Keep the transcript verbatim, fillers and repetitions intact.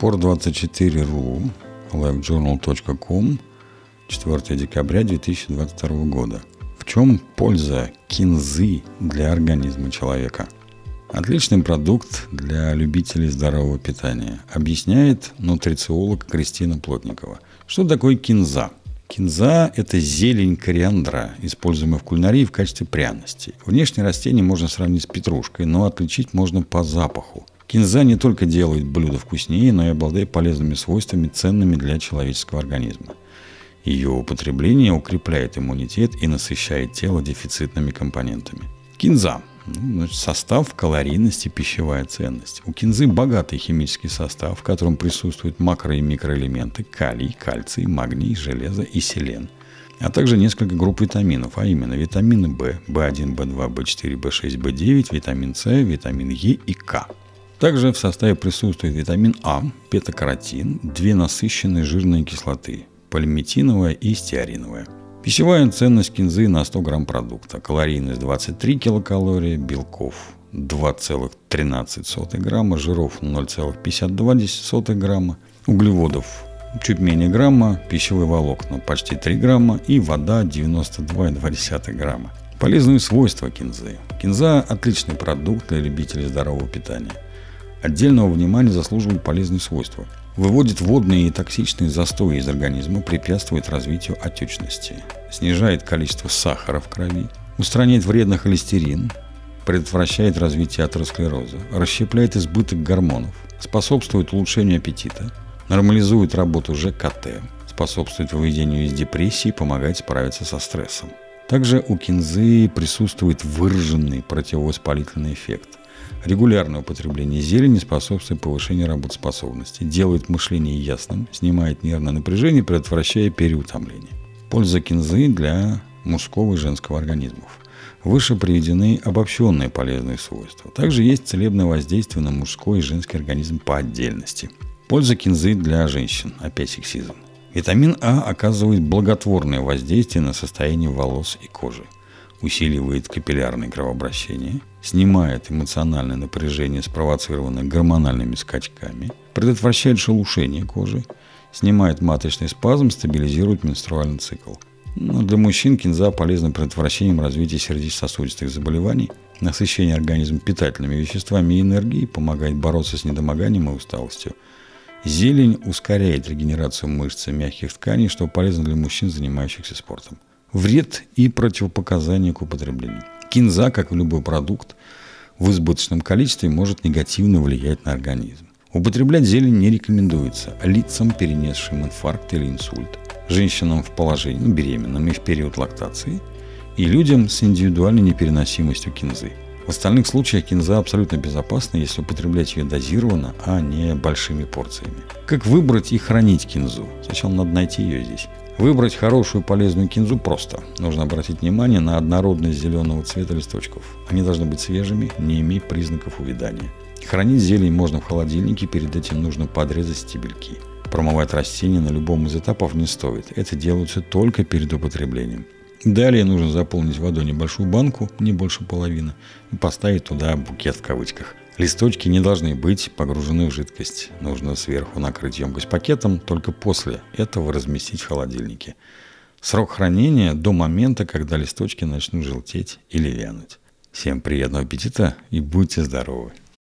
спорт двадцать четыре точка ру, лайф джорнал точка ком, четвёртого декабря две тысячи двадцать второго года. В чем польза кинзы для организма человека? Отличный продукт для любителей здорового питания, объясняет нутрициолог Кристина Плотникова. Что такое кинза? Кинза – это зелень кориандра, используемая в кулинарии в качестве пряности. Внешнее растение можно сравнить с петрушкой, но отличить можно по запаху. Кинза не только делает блюдо вкуснее, но и обладает полезными свойствами, ценными для человеческого организма. Ее употребление укрепляет иммунитет и насыщает тело дефицитными компонентами. Кинза. Ну, значит, состав, калорийность и пищевая ценность. У кинзы богатый химический состав, в котором присутствуют макро- и микроэлементы: калий, кальций, магний, железо и селен, а также несколько групп витаминов, а именно витамины В, В один, В два, В четыре, В шесть, В девять, витамин С, витамин Е и К. Также в составе присутствует витамин А, бета-каротин, две насыщенные жирные кислоты – полиметиновая и стеариновая. Пищевая ценность кинзы на сто грамм продукта. Калорийность двадцать три килокалории, белков два целых тринадцать сотых грамма, жиров ноль целых пятьдесят два сотых грамма, углеводов чуть менее грамма, пищевые волокна почти три грамма и вода девяносто два целых два десятых грамма. Полезные свойства кинзы. Кинза – отличный продукт для любителей здорового питания. Отдельного внимания заслуживают полезные свойства. Выводит водные и токсичные застои из организма, препятствует развитию отечности, снижает количество сахара в крови, устраняет вредный холестерин, предотвращает развитие атеросклероза, расщепляет избыток гормонов, способствует улучшению аппетита, нормализует работу ЖКТ, способствует выведению из депрессии, помогает справиться со стрессом. Также у кинзы присутствует выраженный противовоспалительный эффект. Регулярное употребление зелени способствует повышению работоспособности, делает мышление ясным, снимает нервное напряжение, предотвращая переутомление. Польза кинзы для мужского и женского организмов. Выше приведены обобщенные полезные свойства. Также есть целебное воздействие на мужской и женский организм по отдельности. Польза кинзы для женщин. Опять сексизм. Витамин А оказывает благотворное воздействие на состояние волос и кожи. Усиливает капиллярное кровообращение, снимает эмоциональное напряжение, спровоцированное гормональными скачками, предотвращает шелушение кожи, снимает маточный спазм, стабилизирует менструальный цикл. Но для мужчин кинза полезна предотвращением развития сердечно-сосудистых заболеваний, насыщение организма питательными веществами и энергией, помогает бороться с недомоганием и усталостью. Зелень ускоряет регенерацию мышц и мягких тканей, что полезно для мужчин, занимающихся спортом. Вред и противопоказания к употреблению. Кинза, как и любой продукт, в избыточном количестве может негативно влиять на организм. Употреблять зелень не рекомендуется лицам, перенесшим инфаркт или инсульт, женщинам в положении, ну, беременным и в период лактации, и людям с индивидуальной непереносимостью кинзы. В остальных случаях кинза абсолютно безопасна, если употреблять ее дозированно, а не большими порциями. Как выбрать и хранить кинзу? Сначала надо найти ее здесь. Выбрать хорошую полезную кинзу просто. Нужно обратить внимание на однородность зеленого цвета листочков. Они должны быть свежими, не иметь признаков увядания. Хранить зелень можно в холодильнике, перед этим нужно подрезать стебельки. Промывать растения на любом из этапов не стоит. Это делается только перед употреблением. Далее нужно заполнить водой небольшую банку, не больше половины, и поставить туда букет в кавычках. Листочки не должны быть погружены в жидкость. Нужно сверху накрыть емкость пакетом, только после этого разместить в холодильнике. Срок хранения до момента, когда листочки начнут желтеть или вянуть. Всем приятного аппетита и будьте здоровы!